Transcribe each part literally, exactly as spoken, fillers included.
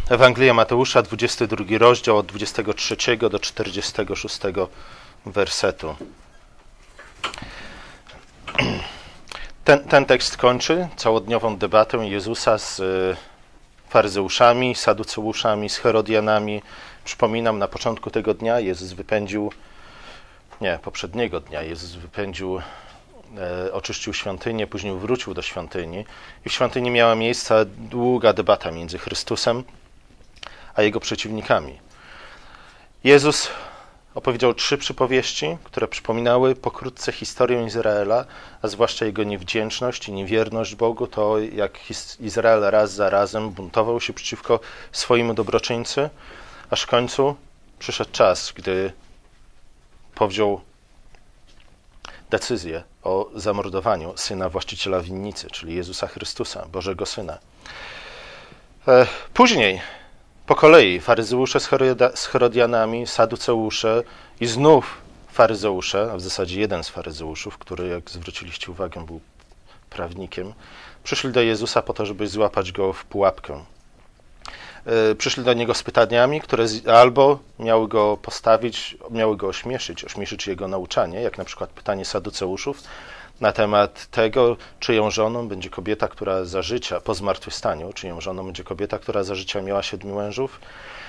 Ewangelia Mateusza, dwudziesty drugi rozdział, od dwudziestego trzeciego do czterdziestego szóstego wersetu. Ten, ten tekst kończy całodniową debatę Jezusa z faryzeuszami, saduceuszami, z Herodianami. Przypominam, na początku tego dnia Jezus wypędził, nie, poprzedniego dnia Jezus wypędził, e, oczyścił świątynię, później wrócił do świątyni i w świątyni miała miejsce długa debata między Chrystusem a jego przeciwnikami. Jezus opowiedział trzy przypowieści, które przypominały pokrótce historię Izraela, a zwłaszcza jego niewdzięczność i niewierność Bogu, to jak Izrael raz za razem buntował się przeciwko swojemu dobroczyńcy, aż w końcu przyszedł czas, gdy powziął decyzję o zamordowaniu syna właściciela winnicy, czyli Jezusa Chrystusa, Bożego Syna. Później po kolei faryzeusze z Herodianami, saduceusze i znów faryzeusze, a w zasadzie jeden z faryzeuszów, który, jak zwróciliście uwagę, był prawnikiem, przyszli do Jezusa po to, żeby złapać go w pułapkę. Przyszli do niego z pytaniami, które albo miały go postawić, miały go ośmieszyć, ośmieszyć jego nauczanie, jak na przykład pytanie saduceuszów na temat tego, czyją żoną będzie kobieta, która za życia, po zmartwychwstaniu, czyją żoną będzie kobieta, która za życia miała siedmiu mężów.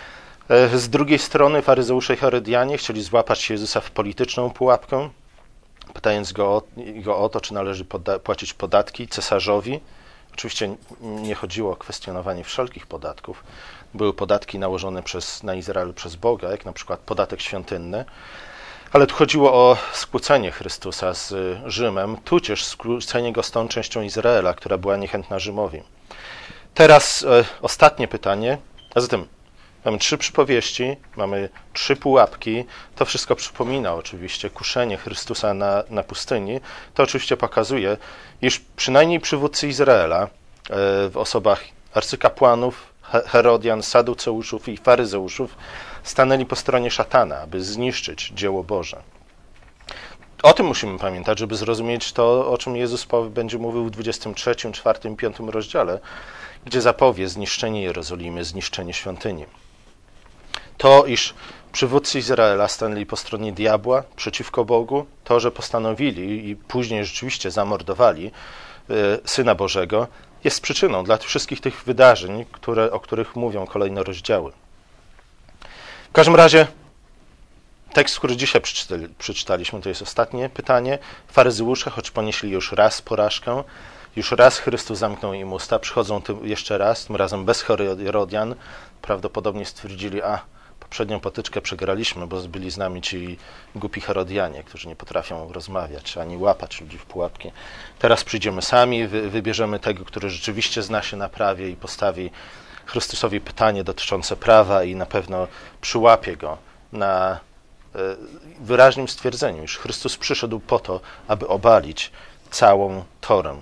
Z drugiej strony faryzeusze i Herodianie chcieli złapać Jezusa w polityczną pułapkę, pytając go o, go o to, czy należy poda- płacić podatki cesarzowi. Oczywiście nie chodziło o kwestionowanie wszelkich podatków. Były podatki nałożone przez, na Izrael przez Boga, jak na przykład podatek świątynny, ale tu chodziło o skłócenie Chrystusa z Rzymem, tudzież skłócenie go z tą częścią Izraela, która była niechętna Rzymowi. Teraz e, ostatnie pytanie, a zatem mamy trzy przypowieści, mamy trzy pułapki, to wszystko przypomina oczywiście kuszenie Chrystusa na, na pustyni. To oczywiście pokazuje, iż przynajmniej przywódcy Izraela e, w osobach arcykapłanów, Herodian, saduceuszów i faryzeuszów stanęli po stronie szatana, aby zniszczyć dzieło Boże. O tym musimy pamiętać, żeby zrozumieć to, o czym Jezus będzie mówił w dwudziestym trzecim, czwartym i piątym rozdziale, gdzie zapowie zniszczenie Jerozolimy, zniszczenie świątyni. To, iż przywódcy Izraela stanęli po stronie diabła przeciwko Bogu, to, że postanowili i później rzeczywiście zamordowali y, Syna Bożego, jest przyczyną dla wszystkich tych wydarzeń, które, o których mówią kolejne rozdziały. W każdym razie tekst, który dzisiaj przeczytali, przeczytaliśmy, to jest ostatnie pytanie. Faryzeusze, choć ponieśli już raz porażkę, już raz Chrystus zamknął im usta, przychodzą tym jeszcze raz, tym razem bez Herodian. Prawdopodobnie stwierdzili, a poprzednią potyczkę przegraliśmy, bo byli z nami ci głupi Herodianie, którzy nie potrafią rozmawiać, ani łapać ludzi w pułapki. Teraz przyjdziemy sami, wy, wybierzemy tego, który rzeczywiście zna się na prawie i postawi Chrystusowi pytanie dotyczące prawa i na pewno przyłapie go na wyraźnym stwierdzeniu, iż Chrystus przyszedł po to, aby obalić całą Torę.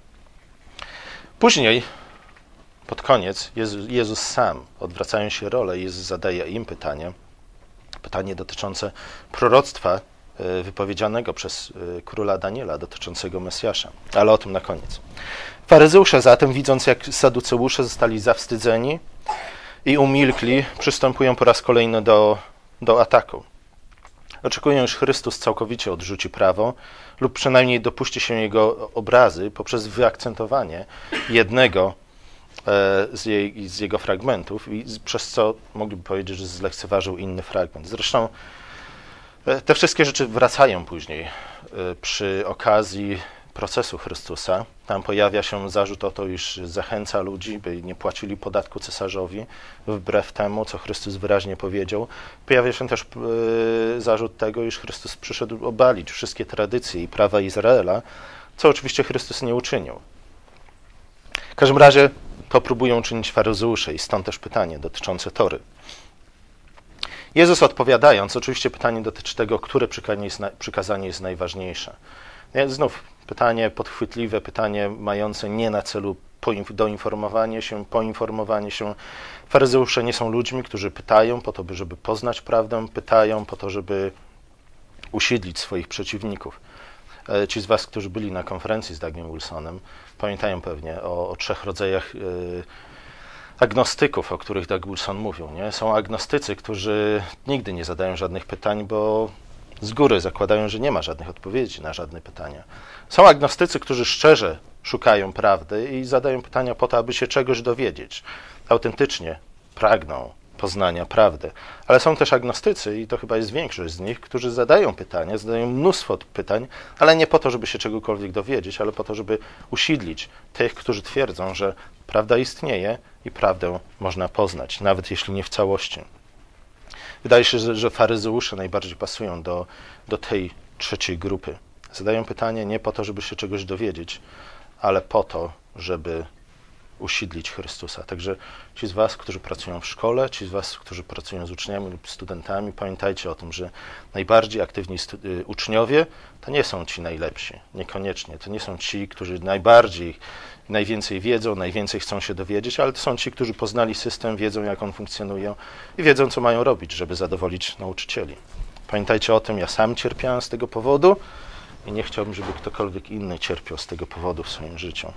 Później, pod koniec, Jezus, Jezus sam, odwracają się role, Jezus zadaje im pytanie, pytanie dotyczące proroctwa wypowiedzianego przez króla Daniela dotyczącego Mesjasza, ale o tym na koniec. Faryzeusze zatem, widząc jak saduceusze zostali zawstydzeni i umilkli, przystępują po raz kolejny do, do ataku. Oczekują, iż Chrystus całkowicie odrzuci prawo lub przynajmniej dopuści się jego obrazy poprzez wyakcentowanie jednego z, jej, z jego fragmentów, i przez co mogliby powiedzieć, że zlekceważył inny fragment. Zresztą te wszystkie rzeczy wracają później przy okazji procesu Chrystusa. Tam pojawia się zarzut o to, iż zachęca ludzi, by nie płacili podatku cesarzowi, wbrew temu, co Chrystus wyraźnie powiedział. Pojawia się też zarzut tego, iż Chrystus przyszedł obalić wszystkie tradycje i prawa Izraela, co oczywiście Chrystus nie uczynił. W każdym razie to próbują czynić faryzeusze i stąd też pytanie dotyczące Tory. Jezus odpowiadając, oczywiście pytanie dotyczy tego, które przykazanie jest najważniejsze. Znów pytanie podchwytliwe, pytanie mające nie na celu doinformowanie się, poinformowanie się. Faryzeusze nie są ludźmi, którzy pytają po to, żeby poznać prawdę, pytają po to, żeby usiedlić swoich przeciwników. Ci z was, którzy byli na konferencji z Dougiem Wilsonem, pamiętają pewnie o, o trzech rodzajach agnostyków, o których Doug Wilson mówił. Nie? Są agnostycy, którzy nigdy nie zadają żadnych pytań, bo z góry zakładają, że nie ma żadnych odpowiedzi na żadne pytania. Są agnostycy, którzy szczerze szukają prawdy i zadają pytania po to, aby się czegoś dowiedzieć. Autentycznie pragną poznania prawdy. Ale są też agnostycy, i to chyba jest większość z nich, którzy zadają pytania, zadają mnóstwo pytań, ale nie po to, żeby się czegokolwiek dowiedzieć, ale po to, żeby usidlić tych, którzy twierdzą, że prawda istnieje i prawdę można poznać, nawet jeśli nie w całości. Wydaje się, że, że faryzeusze najbardziej pasują do, do tej trzeciej grupy. Zadają pytanie nie po to, żeby się czegoś dowiedzieć, ale po to, żeby usidlić Chrystusa. Także ci z was, którzy pracują w szkole, ci z was, którzy pracują z uczniami lub studentami, pamiętajcie o tym, że najbardziej aktywni uczniowie to nie są ci najlepsi, niekoniecznie. To nie są ci, którzy najbardziej, najwięcej wiedzą, najwięcej chcą się dowiedzieć, ale to są ci, którzy poznali system, wiedzą, jak on funkcjonuje i wiedzą, co mają robić, żeby zadowolić nauczycieli. Pamiętajcie o tym, ja sam cierpiałem z tego powodu i nie chciałbym, żeby ktokolwiek inny cierpiał z tego powodu w swoim życiu.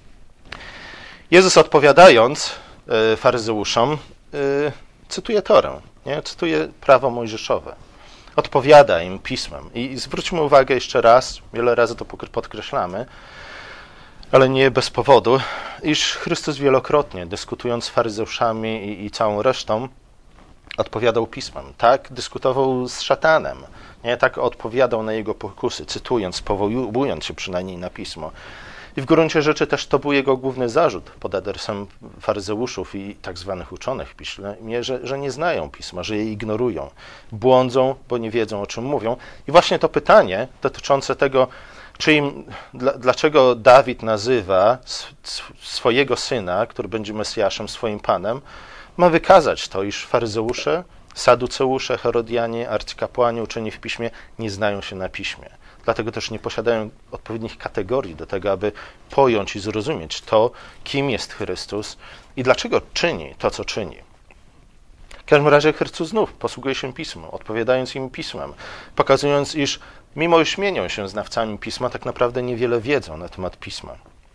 Jezus odpowiadając y, faryzeuszom, y, cytuje Torę, nie? Cytuje prawo mojżeszowe. Odpowiada im pismem. I, I zwróćmy uwagę jeszcze raz, wiele razy to podkreślamy, ale nie bez powodu, iż Chrystus wielokrotnie, dyskutując z faryzeuszami i, i całą resztą, odpowiadał pismem. Tak dyskutował z szatanem, nie? Tak odpowiadał na jego pokusy, cytując, powołując się przynajmniej na pismo. I w gruncie rzeczy też to był jego główny zarzut pod adresem faryzeuszów i tak zwanych uczonych w piśmie, że, że nie znają pisma, że je ignorują, błądzą, bo nie wiedzą, o czym mówią. I właśnie to pytanie dotyczące tego, czy im, dla, dlaczego Dawid nazywa swojego syna, który będzie Mesjaszem, swoim Panem, ma wykazać to, iż faryzeusze, saduceusze, herodianie, arcykapłani, uczeni w piśmie nie znają się na piśmie. Dlatego też nie posiadają odpowiednich kategorii do tego, aby pojąć i zrozumieć to, kim jest Chrystus i dlaczego czyni to, co czyni. W każdym razie Chrystus znów posługuje się Pismem, odpowiadając im Pismem, pokazując, iż mimo iż mienią się znawcami Pisma, tak naprawdę niewiele wiedzą na temat Pisma.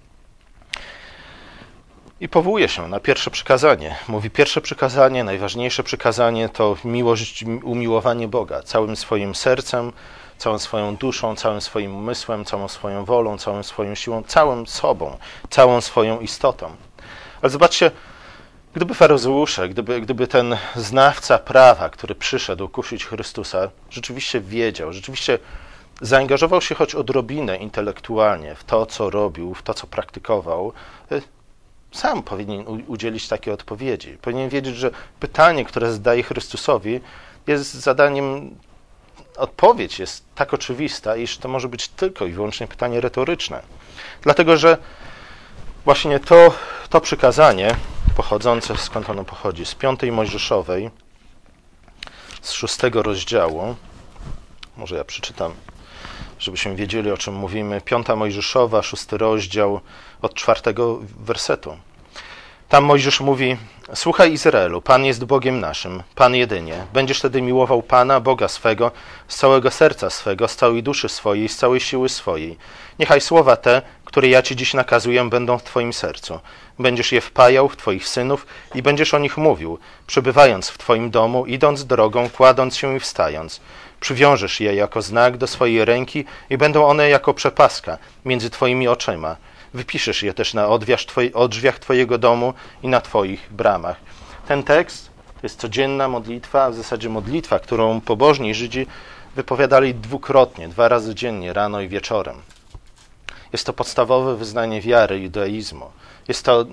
I powołuje się na pierwsze przykazanie. Mówi, pierwsze przykazanie, najważniejsze przykazanie to miłość, umiłowanie Boga całym swoim sercem, całą swoją duszą, całym swoim umysłem, całą swoją wolą, całą swoją siłą, całym sobą, całą swoją istotą. Ale zobaczcie, gdyby faryzeusze, gdyby, gdyby ten znawca prawa, który przyszedł kusić Chrystusa, rzeczywiście wiedział, rzeczywiście zaangażował się choć odrobinę intelektualnie w to, co robił, w to, co praktykował, sam powinien udzielić takiej odpowiedzi. Powinien wiedzieć, że pytanie, które zadaje Chrystusowi, jest zadaniem. Odpowiedź jest tak oczywista, iż to może być tylko i wyłącznie pytanie retoryczne. Dlatego, że właśnie to, to przykazanie pochodzące, skąd ono pochodzi, z piątej Mojżeszowej, z szóstego rozdziału, może ja przeczytam, żebyśmy wiedzieli, o czym mówimy. Piąta Mojżeszowa, szósty rozdział, od czwartego wersetu. Tam Mojżesz mówi: słuchaj Izraelu, Pan jest Bogiem naszym, Pan jedynie. Będziesz wtedy miłował Pana, Boga swego, z całego serca swego, z całej duszy swojej, z całej siły swojej. Niechaj słowa te, które ja Ci dziś nakazuję, będą w Twoim sercu. Będziesz je wpajał w Twoich synów i będziesz o nich mówił, przebywając w Twoim domu, idąc drogą, kładąc się i wstając. Przywiążesz je jako znak do swojej ręki i będą one jako przepaska między Twoimi oczyma. Wypiszesz je też na odrzwiach Twojego domu i na Twoich bramach. Ten tekst to jest codzienna modlitwa, a w zasadzie modlitwa, którą pobożni Żydzi wypowiadali dwukrotnie, dwa razy dziennie, rano i wieczorem. Jest to podstawowe wyznanie wiary i judaizmu. Jest to,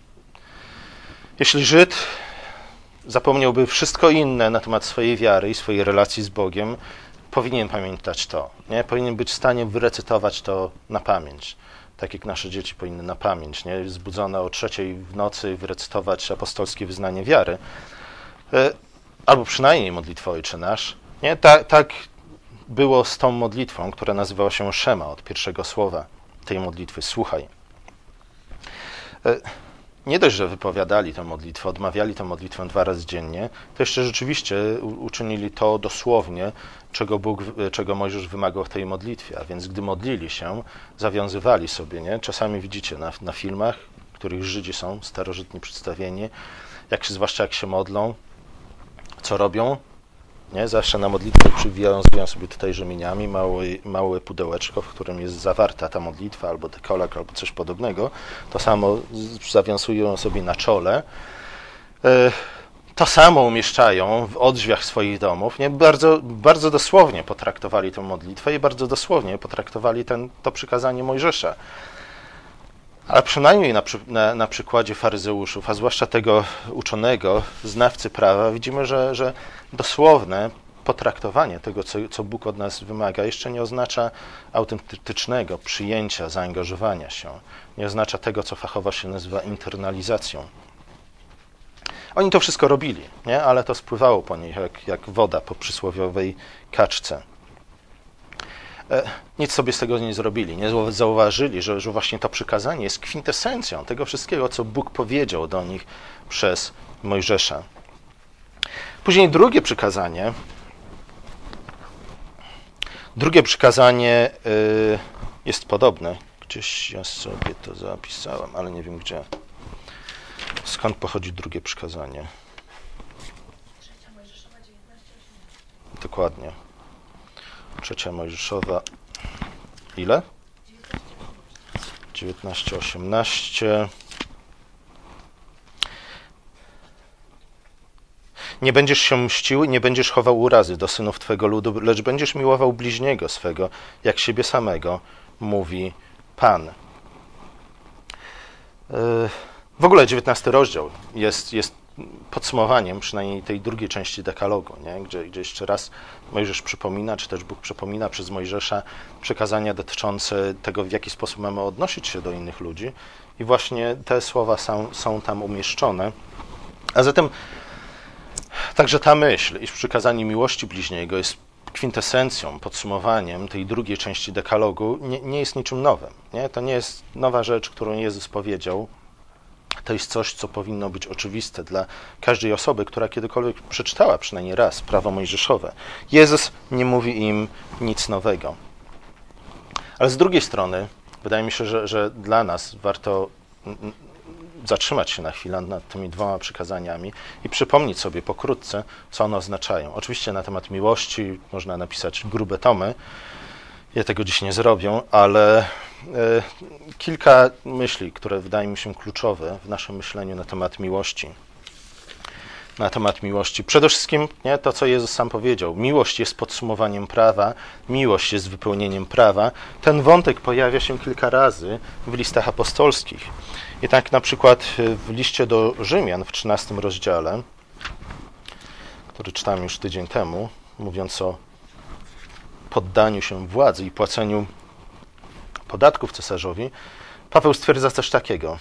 jeśli Żyd zapomniałby wszystko inne na temat swojej wiary i swojej relacji z Bogiem, powinien pamiętać to. Nie? Powinien być w stanie wyrecytować to na pamięć. Tak jak nasze dzieci powinny na pamięć, nie? Zbudzone o trzeciej w nocy wyrecytować apostolskie wyznanie wiary. Albo przynajmniej modlitwę Ojcze Nasz. Nie? Tak, tak było z tą modlitwą, która nazywała się Szema, od pierwszego słowa tej modlitwy. Słuchaj. Nie dość, że wypowiadali tę modlitwę, odmawiali tę modlitwę dwa razy dziennie, to jeszcze rzeczywiście uczynili to dosłownie, czego Bóg, czego Mojżesz wymagał w tej modlitwie. A więc gdy modlili się, zawiązywali sobie, nie? Czasami widzicie na, na filmach, których Żydzi są starożytni przedstawieni, jak się, zwłaszcza jak się modlą, co robią. Nie? Zawsze na modlitwę przywiązują sobie tutaj rzemieniami małe, małe pudełeczko, w którym jest zawarta ta modlitwa, albo dekolag, albo coś podobnego. To samo zawiązują sobie na czole. To samo umieszczają w odrzwiach swoich domów. Nie? Bardzo, bardzo dosłownie potraktowali tę modlitwę i bardzo dosłownie potraktowali ten, to przykazanie Mojżesza. Ale przynajmniej na, na, na przykładzie faryzeuszów, a zwłaszcza tego uczonego, znawcy prawa, widzimy, że, że dosłowne potraktowanie tego, co, co Bóg od nas wymaga, jeszcze nie oznacza autentycznego przyjęcia, zaangażowania się. Nie oznacza tego, co fachowo się nazywa internalizacją. Oni to wszystko robili, nie? Ale to spływało po nich jak, jak woda po przysłowiowej kaczce. Nic sobie z tego nie zrobili, nie zauważyli, że, że właśnie to przykazanie jest kwintesencją tego wszystkiego, co Bóg powiedział do nich przez Mojżesza. Później drugie przykazanie, drugie przykazanie y, jest podobne. Gdzieś ja sobie to zapisałem, ale nie wiem gdzie. Skąd pochodzi drugie przykazanie? Dokładnie. Trzecia Mojżeszowa. Ile? dziewiętnaście osiemnaście. Nie będziesz się mścił, nie będziesz chował urazy do synów Twego ludu, lecz będziesz miłował bliźniego swego, jak siebie samego, mówi Pan. W ogóle dziewiętnasty rozdział jest, jest podsumowaniem przynajmniej tej drugiej części dekalogu, nie? Gdzie, gdzie jeszcze raz Mojżesz przypomina, czy też Bóg przypomina przez Mojżesza przekazania dotyczące tego, w jaki sposób mamy odnosić się do innych ludzi. I właśnie te słowa są, są tam umieszczone. A zatem także ta myśl, iż przykazanie miłości bliźniego jest kwintesencją, podsumowaniem tej drugiej części dekalogu, nie, nie jest niczym nowym. Nie? To nie jest nowa rzecz, którą Jezus powiedział. To jest coś, co powinno być oczywiste dla każdej osoby, która kiedykolwiek przeczytała przynajmniej raz prawo mojżeszowe. Jezus nie mówi im nic nowego. Ale z drugiej strony, wydaje mi się, że, że dla nas warto zatrzymać się na chwilę nad tymi dwoma przykazaniami i przypomnieć sobie pokrótce, co one oznaczają. Oczywiście na temat miłości można napisać grube tomy, ja tego dziś nie zrobię, ale y, kilka myśli, które wydają mi się kluczowe w naszym myśleniu na temat miłości. Na temat miłości. Przede wszystkim nie, to, co Jezus sam powiedział. Miłość jest podsumowaniem prawa, miłość jest wypełnieniem prawa. Ten wątek pojawia się kilka razy w listach apostolskich. I tak na przykład w liście do Rzymian w trzynastym rozdziale, który czytałem już tydzień temu, mówiąc o poddaniu się władzy i płaceniu podatków cesarzowi, Paweł stwierdza coś takiego.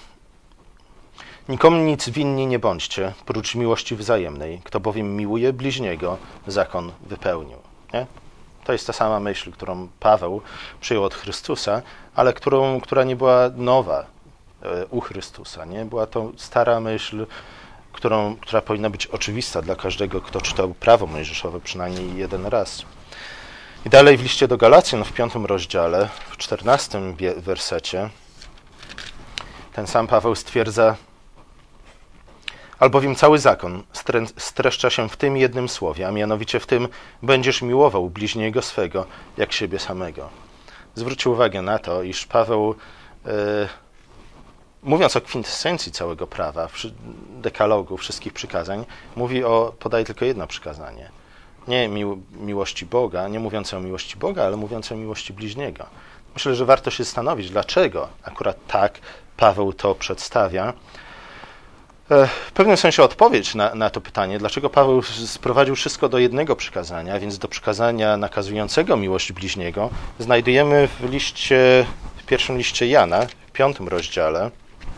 Nikomu nic winni nie bądźcie, prócz miłości wzajemnej. Kto bowiem miłuje bliźniego, zakon wypełnił. Nie? To jest ta sama myśl, którą Paweł przyjął od Chrystusa, ale którą, która nie była nowa u Chrystusa. Nie? Była to stara myśl, którą, która powinna być oczywista dla każdego, kto czytał prawo mojżeszowe przynajmniej jeden raz. I dalej w liście do Galacjan w piątym rozdziale, w czternastym wersecie, ten sam Paweł stwierdza: albowiem cały zakon streszcza się w tym jednym słowie, a mianowicie w tym: będziesz miłował bliźniego swego, jak siebie samego. Zwróćcie uwagę na to, iż Paweł, yy, mówiąc o kwintesencji całego prawa, dekalogu, wszystkich przykazań, mówi o, podaje tylko jedno przykazanie. Nie mił, miłości Boga, nie mówiące o miłości Boga, ale mówiące o miłości bliźniego. Myślę, że warto się zastanowić, dlaczego akurat tak Paweł to przedstawia. W pewnym sensie odpowiedź na, na to pytanie, dlaczego Paweł sprowadził wszystko do jednego przykazania, więc do przykazania nakazującego miłość bliźniego, znajdujemy w liście, w pierwszym liście Jana, w piątym rozdziale,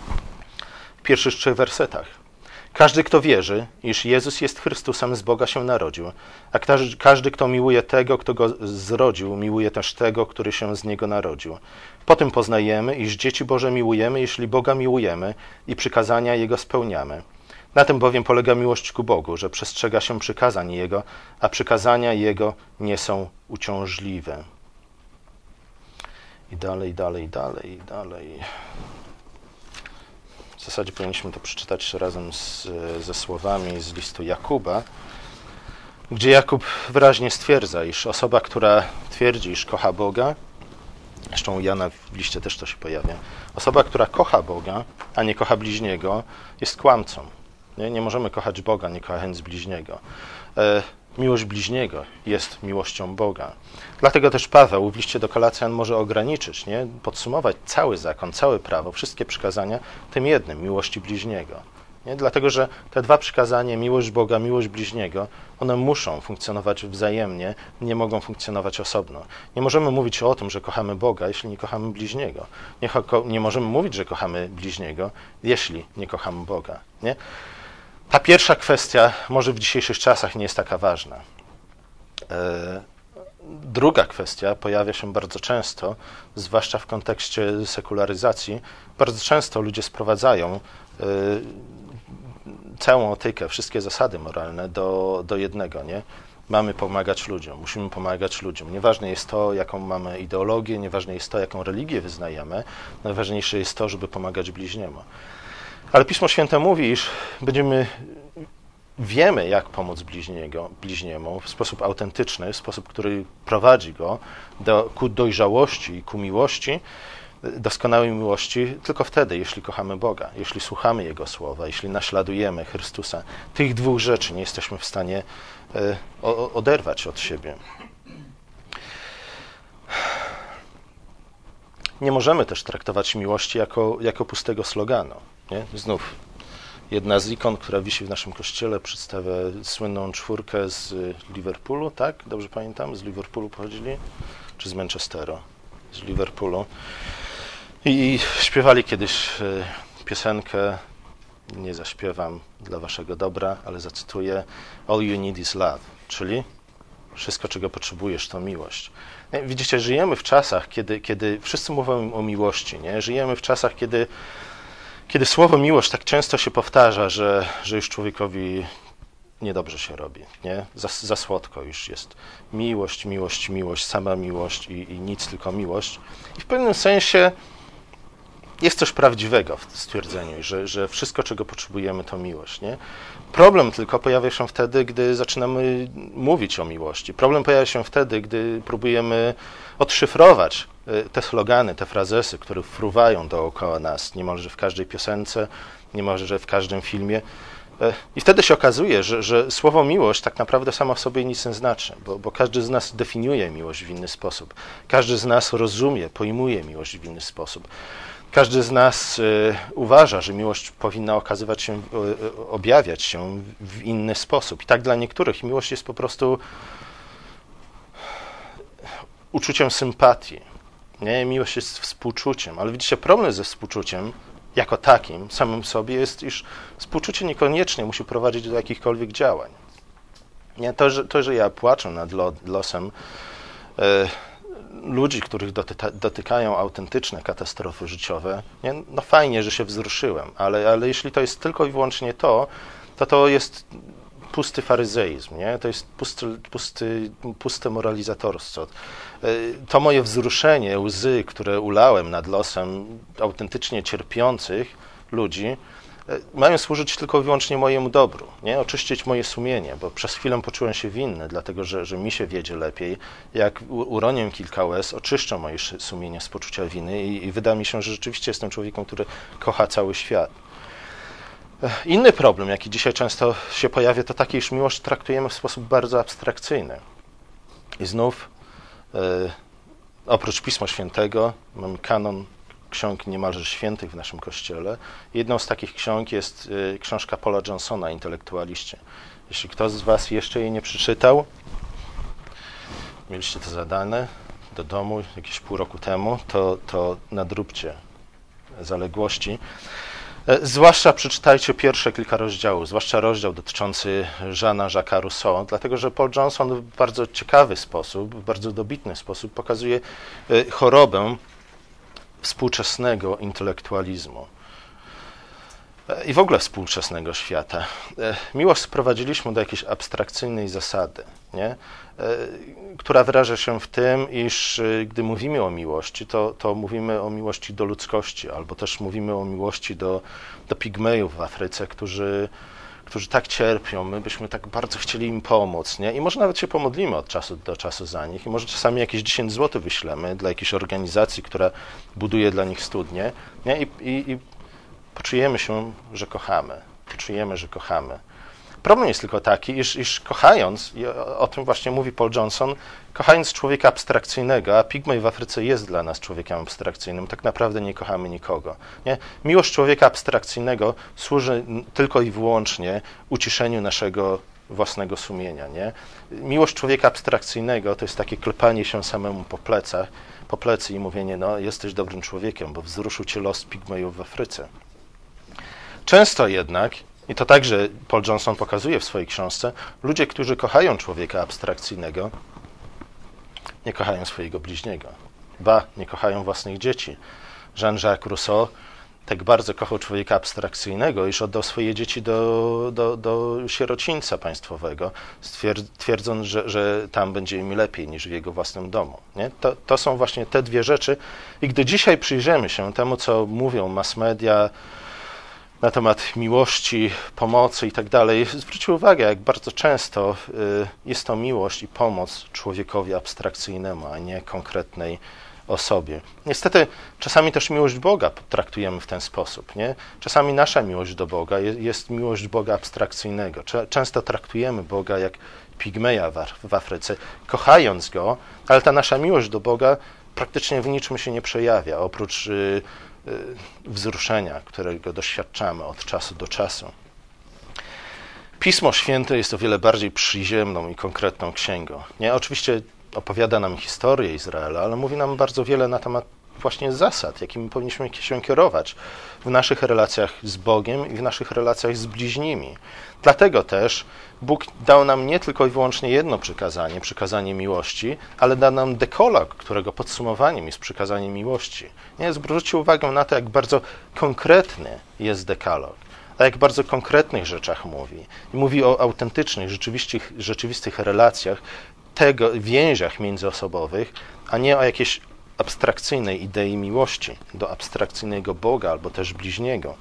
w pierwszych trzech wersetach. Każdy, kto wierzy, iż Jezus jest Chrystusem, z Boga się narodził, a każdy, każdy, kto miłuje tego, kto go zrodził, miłuje też tego, który się z niego narodził. Po tym poznajemy, iż dzieci Boże miłujemy, jeśli Boga miłujemy i przykazania Jego spełniamy. Na tym bowiem polega miłość ku Bogu, że przestrzega się przykazań Jego, a przykazania Jego nie są uciążliwe. I dalej, dalej, dalej, dalej. zasadzie powinniśmy to przeczytać razem z, ze słowami z listu Jakuba, gdzie Jakub wyraźnie stwierdza, iż osoba, która twierdzi, iż kocha Boga, zresztą u Jana w liście też to się pojawia, osoba, która kocha Boga, a nie kocha bliźniego, jest kłamcą. Nie, nie możemy kochać Boga, nie kochając bliźniego. E, miłość bliźniego jest miłością Boga. Dlatego też Paweł w liście do Galacjan może ograniczyć, nie, podsumować cały zakon, całe prawo, wszystkie przykazania tym jednym, miłości bliźniego. Nie? Dlatego, że te dwa przykazania, miłość Boga, miłość bliźniego, one muszą funkcjonować wzajemnie, nie mogą funkcjonować osobno. Nie możemy mówić o tym, że kochamy Boga, jeśli nie kochamy bliźniego. Nie, nie możemy mówić, że kochamy bliźniego, jeśli nie kochamy Boga. Nie? Ta pierwsza kwestia może w dzisiejszych czasach nie jest taka ważna. E, druga kwestia pojawia się bardzo często, zwłaszcza w kontekście sekularyzacji. Bardzo często ludzie sprowadzają e, całą etykę, wszystkie zasady moralne do, do jednego, nie? Mamy pomagać ludziom, musimy pomagać ludziom. Nieważne jest to, jaką mamy ideologię, nieważne jest to, jaką religię wyznajemy, najważniejsze jest to, żeby pomagać bliźniemu. Ale Pismo Święte mówi, iż będziemy, wiemy, jak pomóc bliźniego, bliźniemu w sposób autentyczny, w sposób, który prowadzi go do, ku dojrzałości i ku miłości, doskonałej miłości, tylko wtedy, jeśli kochamy Boga, jeśli słuchamy Jego słowa, jeśli naśladujemy Chrystusa. Tych dwóch rzeczy nie jesteśmy w stanie y, o, oderwać od siebie. Nie możemy też traktować miłości jako, jako pustego sloganu. Nie? Znów, jedna z ikon, która wisi w naszym kościele, przedstawia słynną czwórkę z Liverpoolu, tak? Dobrze pamiętam? Z Liverpoolu pochodzili? Czy z Manchesteru? Z Liverpoolu. I śpiewali kiedyś piosenkę, nie zaśpiewam dla waszego dobra, ale zacytuję: All you need is love, czyli wszystko, czego potrzebujesz, to miłość. Widzicie, żyjemy w czasach, kiedy, kiedy wszyscy mówią o miłości, nie? Żyjemy w czasach, kiedy, kiedy słowo miłość tak często się powtarza, że, że już człowiekowi niedobrze się robi, nie? Za, za słodko już jest. Miłość, miłość, miłość, sama miłość i, i nic, tylko miłość. I w pewnym sensie jest coś prawdziwego w stwierdzeniu, że, że wszystko, czego potrzebujemy, to miłość, nie? Problem tylko pojawia się wtedy, gdy zaczynamy mówić o miłości. Problem pojawia się wtedy, gdy próbujemy odszyfrować te slogany, te frazesy, które fruwają dookoła nas, niemalże w każdej piosence, niemalże w każdym filmie. I wtedy się okazuje, że, że słowo miłość tak naprawdę samo w sobie nic nie znaczy, bo, bo każdy z nas definiuje miłość w inny sposób. Każdy z nas rozumie, pojmuje miłość w inny sposób. Każdy z nas y, uważa, że miłość powinna okazywać się, y, objawiać się w inny sposób. I tak dla niektórych miłość jest po prostu uczuciem sympatii. Nie? Miłość jest współczuciem, ale widzicie, problem ze współczuciem jako takim, samym sobie, jest, iż współczucie niekoniecznie musi prowadzić do jakichkolwiek działań. Nie? To, że, to, że ja płaczę nad lo, losem y, ludzi, których dotyka, dotykają autentyczne katastrofy życiowe, nie? No fajnie, że się wzruszyłem, ale, ale jeśli to jest tylko i wyłącznie to, to to jest pusty faryzeizm, nie? To jest pusty, pusty, puste moralizatorstwo. To moje wzruszenie, łzy, które ulałem nad losem autentycznie cierpiących ludzi, mają służyć tylko i wyłącznie mojemu dobru, nie? Oczyścić moje sumienie, bo przez chwilę poczułem się winny, dlatego że, że mi się wiedzie lepiej. Jak uronię kilka łez, oczyszczę moje sumienie z poczucia winy i, i wyda mi się, że rzeczywiście jestem człowiekiem, który kocha cały świat. Inny problem, jaki dzisiaj często się pojawia, to taki, iż miłość traktujemy w sposób bardzo abstrakcyjny. I znów, yy, oprócz Pisma Świętego, mamy kanon ksiąg niemalże świętych w naszym kościele. Jedną z takich ksiąg jest y, książka Paula Johnsona, Intelektualiści. Jeśli ktoś z was jeszcze jej nie przeczytał, mieliście to zadane do domu jakieś pół roku temu, to, to nadróbcie zaległości. E, zwłaszcza przeczytajcie pierwsze kilka rozdziałów, zwłaszcza rozdział dotyczący Jeana Jacques'a Rousseau, dlatego że Paul Johnson w bardzo ciekawy sposób, w bardzo dobitny sposób pokazuje y, chorobę współczesnego intelektualizmu. i w ogóle współczesnego świata. Miłość sprowadziliśmy do jakiejś abstrakcyjnej zasady, nie? Która wyraża się w tym, iż gdy mówimy o miłości, to, to mówimy o miłości do ludzkości, albo też mówimy o miłości do, do pigmejów w Afryce, którzy, którzy tak cierpią, my byśmy tak bardzo chcieli im pomóc, nie? I może nawet się pomodlimy od czasu do czasu za nich i może czasami jakieś dziesięć złotych wyślemy dla jakiejś organizacji, która buduje dla nich studnie, nie? I, i, i poczujemy się, że kochamy, poczujemy, że kochamy. Problem jest tylko taki, iż, iż kochając, i o, o tym właśnie mówi Paul Johnson, kochając człowieka abstrakcyjnego, a pigmej w Afryce jest dla nas człowiekiem abstrakcyjnym, tak naprawdę nie kochamy nikogo. Nie? Miłość człowieka abstrakcyjnego służy tylko i wyłącznie uciszeniu naszego własnego sumienia. Nie? Miłość człowieka abstrakcyjnego to jest takie klepanie się samemu po plecach, po plecy i mówienie, no jesteś dobrym człowiekiem, bo wzruszył cię los pigmejów w Afryce. Często jednak, i to także Paul Johnson pokazuje w swojej książce, ludzie, którzy kochają człowieka abstrakcyjnego, nie kochają swojego bliźniego. Ba, nie kochają własnych dzieci. Jean-Jacques Rousseau tak bardzo kochał człowieka abstrakcyjnego, iż oddał swoje dzieci do, do, do sierocińca państwowego, twierdząc, że, że tam będzie im lepiej niż w jego własnym domu. Nie? To, to są właśnie te dwie rzeczy. I gdy dzisiaj przyjrzymy się temu, co mówią mass media na temat miłości, pomocy i tak dalej, zwróćcie uwagę, jak bardzo często jest to miłość i pomoc człowiekowi abstrakcyjnemu, a nie konkretnej osobie. Niestety czasami też miłość Boga traktujemy w ten sposób. Nie? Czasami nasza miłość do Boga jest miłość Boga abstrakcyjnego. Często traktujemy Boga jak pigmeja w Afryce, kochając Go, ale ta nasza miłość do Boga praktycznie w niczym się nie przejawia, oprócz wzruszenia, którego doświadczamy od czasu do czasu. Pismo Święte jest o wiele bardziej przyziemną i konkretną księgą. Nie? Oczywiście opowiada nam historię Izraela, ale mówi nam bardzo wiele na temat właśnie zasad, jakimi powinniśmy się kierować w naszych relacjach z Bogiem i w naszych relacjach z bliźnimi. Dlatego też Bóg dał nam nie tylko i wyłącznie jedno przykazanie, przykazanie miłości, ale dał nam dekolog, którego podsumowaniem jest przykazanie miłości. Nie? Zwróćcie uwagę na to, jak bardzo konkretny jest dekalog, a jak bardzo konkretnych rzeczach mówi. I mówi o autentycznych, rzeczywistych, rzeczywistych relacjach, tego, więziach międzyosobowych, a nie o jakiejś abstrakcyjnej idei miłości do abstrakcyjnego Boga albo też bliźniego.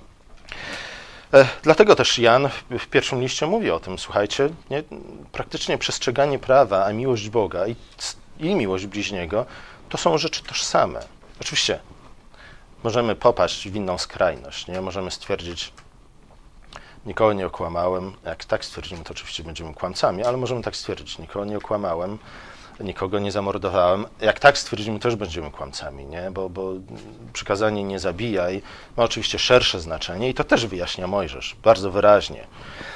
E, dlatego też Jan w pierwszym liście mówi o tym, słuchajcie, nie, praktycznie przestrzeganie prawa, a miłość Boga i, i miłość bliźniego to są rzeczy tożsame. Oczywiście możemy popaść w inną skrajność, nie? Możemy stwierdzić, nikogo nie okłamałem. Jak tak stwierdzimy, to oczywiście będziemy kłamcami, ale możemy tak stwierdzić, nikogo nie okłamałem, nikogo nie zamordowałem. Jak tak stwierdzimy, też będziemy kłamcami, nie? Bo, bo przykazanie nie zabijaj ma oczywiście szersze znaczenie i to też wyjaśnia Mojżesz bardzo wyraźnie.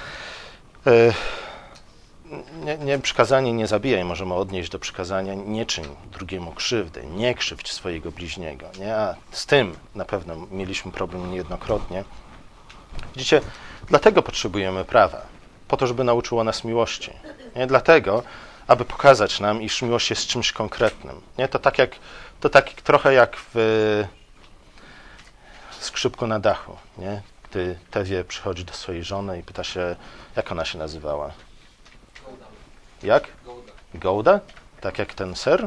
Nie, nie, przykazanie nie zabijaj możemy odnieść do przykazania nie czyń drugiemu krzywdy, nie krzywdź swojego bliźniego. Nie? A z tym na pewno mieliśmy problem niejednokrotnie. Widzicie, dlatego potrzebujemy prawa, po to, żeby nauczyło nas miłości. Nie? Dlatego, aby pokazać nam, iż miłość jest czymś konkretnym. Nie? To tak jak, to tak trochę jak w Skrzypku na dachu, nie? Gdy Tewie przychodzi do swojej żony i pyta się, jak ona się nazywała? Gołda. Jak? Gołda. Gołda? Tak jak ten ser?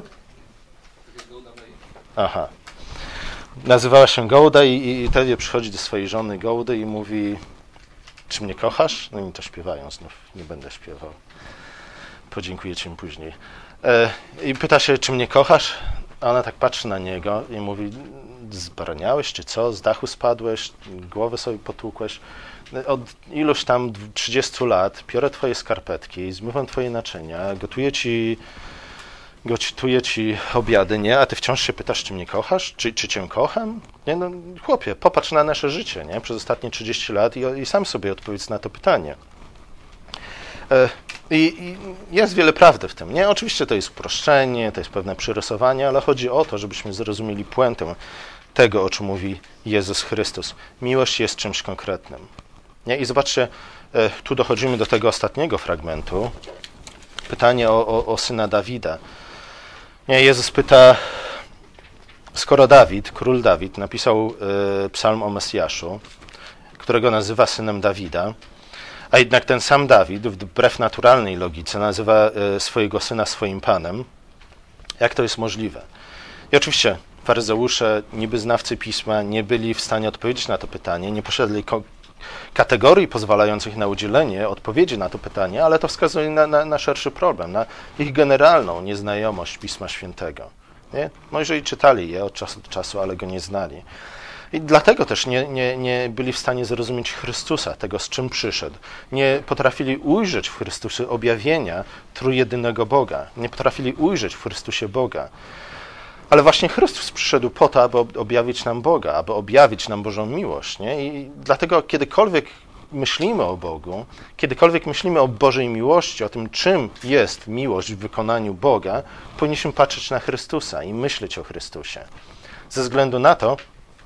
Aha. Nazywała się Gołda i, i Tewie przychodzi do swojej żony Gołdy i mówi, czy mnie kochasz? No i to śpiewają znów, nie będę śpiewał. Podziękuję ci później. E, I pyta się, czy mnie kochasz? A ona tak patrzy na niego i mówi, zbaraniałeś czy co? Z dachu spadłeś? Głowę sobie potłukłeś? Od iluś tam trzydziestu lat piorę twoje skarpetki, zmywam twoje naczynia, gotuję ci, gotuję ci obiady, nie? A ty wciąż się pytasz, czy mnie kochasz? Czy, czy cię kocham? Nie, no chłopie, popatrz na nasze życie, nie? Przez ostatnie trzydzieści lat i, i sam sobie odpowiedz na to pytanie. E, I, I jest wiele prawdy w tym, nie? Oczywiście to jest uproszczenie, to jest pewne przyrysowanie, ale chodzi o to, żebyśmy zrozumieli puentę tego, o czym mówi Jezus Chrystus. Miłość jest czymś konkretnym. Nie? I zobaczcie, tu dochodzimy do tego ostatniego fragmentu. Pytanie o, o, o syna Dawida. Nie? Jezus pyta, skoro Dawid, król Dawid, napisał y, psalm o Mesjaszu, którego nazywa synem Dawida, a jednak ten sam Dawid, wbrew naturalnej logice, nazywa swojego syna swoim Panem. Jak to jest możliwe? I oczywiście faryzeusze, niby znawcy Pisma, nie byli w stanie odpowiedzieć na to pytanie, nie posiadali kategorii pozwalających na udzielenie odpowiedzi na to pytanie, ale to wskazuje na, na, na szerszy problem, na ich generalną nieznajomość Pisma Świętego. Nie? Mojżej czytali je od czasu do czasu, ale go nie znali. I dlatego też nie, nie, nie byli w stanie zrozumieć Chrystusa, tego, z czym przyszedł. Nie potrafili ujrzeć w Chrystusie objawienia trójjedynego Boga. Nie potrafili ujrzeć w Chrystusie Boga. Ale właśnie Chrystus przyszedł po to, aby objawić nam Boga, aby objawić nam Bożą miłość. Nie? I dlatego kiedykolwiek myślimy o Bogu, kiedykolwiek myślimy o Bożej miłości, o tym, czym jest miłość w wykonaniu Boga, powinniśmy patrzeć na Chrystusa i myśleć o Chrystusie. Ze względu na to,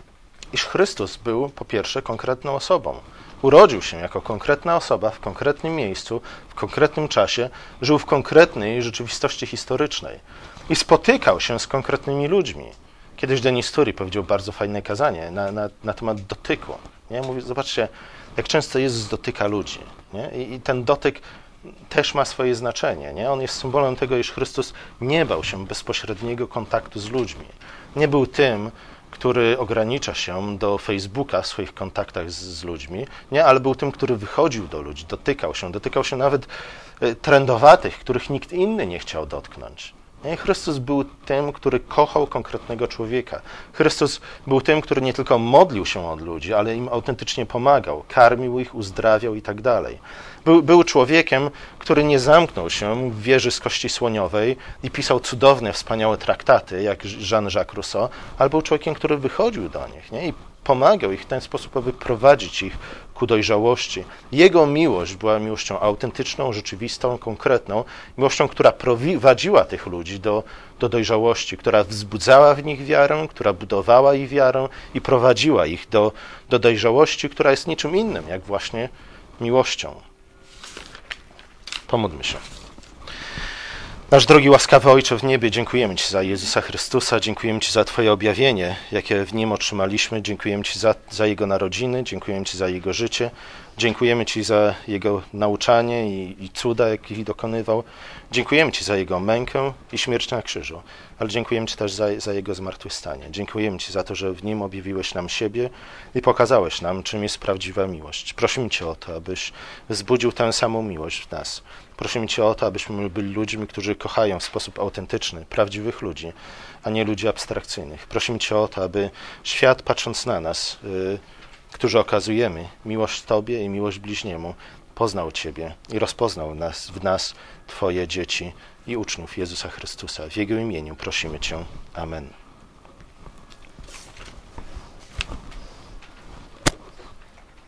iż Chrystus był, po pierwsze, konkretną osobą. Urodził się jako konkretna osoba w konkretnym miejscu, w konkretnym czasie, żył w konkretnej rzeczywistości historycznej i spotykał się z konkretnymi ludźmi. Kiedyś Denis Turi powiedział bardzo fajne kazanie na, na, na temat dotyku. Nie? Mówi, zobaczcie, jak często Jezus dotyka ludzi. Nie? I, I ten dotyk też ma swoje znaczenie. Nie? On jest symbolem tego, iż Chrystus nie bał się bezpośredniego kontaktu z ludźmi. Nie był tym, który ogranicza się do Facebooka w swoich kontaktach z, z ludźmi, nie? Ale był tym, który wychodził do ludzi, dotykał się, dotykał się nawet trendowatych, których nikt inny nie chciał dotknąć. Nie? Chrystus był tym, który kochał konkretnego człowieka. Chrystus był tym, który nie tylko modlił się od ludzi, ale im autentycznie pomagał, karmił ich, uzdrawiał i tak dalej. Był, był człowiekiem, który nie zamknął się w wieży z kości słoniowej i pisał cudowne, wspaniałe traktaty, jak Jean-Jacques Rousseau, ale był człowiekiem, który wychodził do nich, nie? I pomagał ich w ten sposób, aby prowadzić ich ku dojrzałości. Jego miłość była miłością autentyczną, rzeczywistą, konkretną, miłością, która prowadziła tych ludzi do, do dojrzałości, która wzbudzała w nich wiarę, która budowała ich wiarę i prowadziła ich do, do dojrzałości, która jest niczym innym, jak właśnie miłością. Pomódlmy się. Nasz drogi łaskawy Ojcze w niebie, dziękujemy Ci za Jezusa Chrystusa, dziękujemy Ci za Twoje objawienie, jakie w Nim otrzymaliśmy, dziękujemy Ci za, za Jego narodziny, dziękujemy Ci za Jego życie, dziękujemy Ci za Jego nauczanie i, i cuda, jakich dokonywał, dziękujemy Ci za Jego mękę i śmierć na krzyżu, ale dziękujemy Ci też za, za Jego zmartwychwstanie. Dziękujemy Ci za to, że w Nim objawiłeś nam siebie i pokazałeś nam, czym jest prawdziwa miłość. Prosimy Cię o to, abyś wzbudził tę samą miłość w nas. Prosimy Cię o to, abyśmy byli ludźmi, którzy kochają w sposób autentyczny, prawdziwych ludzi, a nie ludzi abstrakcyjnych. Prosimy Cię o to, aby świat, patrząc na nas, yy, którzy okazujemy miłość Tobie i miłość bliźniemu, poznał Ciebie i rozpoznał nas, w nas Twoje dzieci i uczniów Jezusa Chrystusa. W Jego imieniu prosimy Cię. Amen.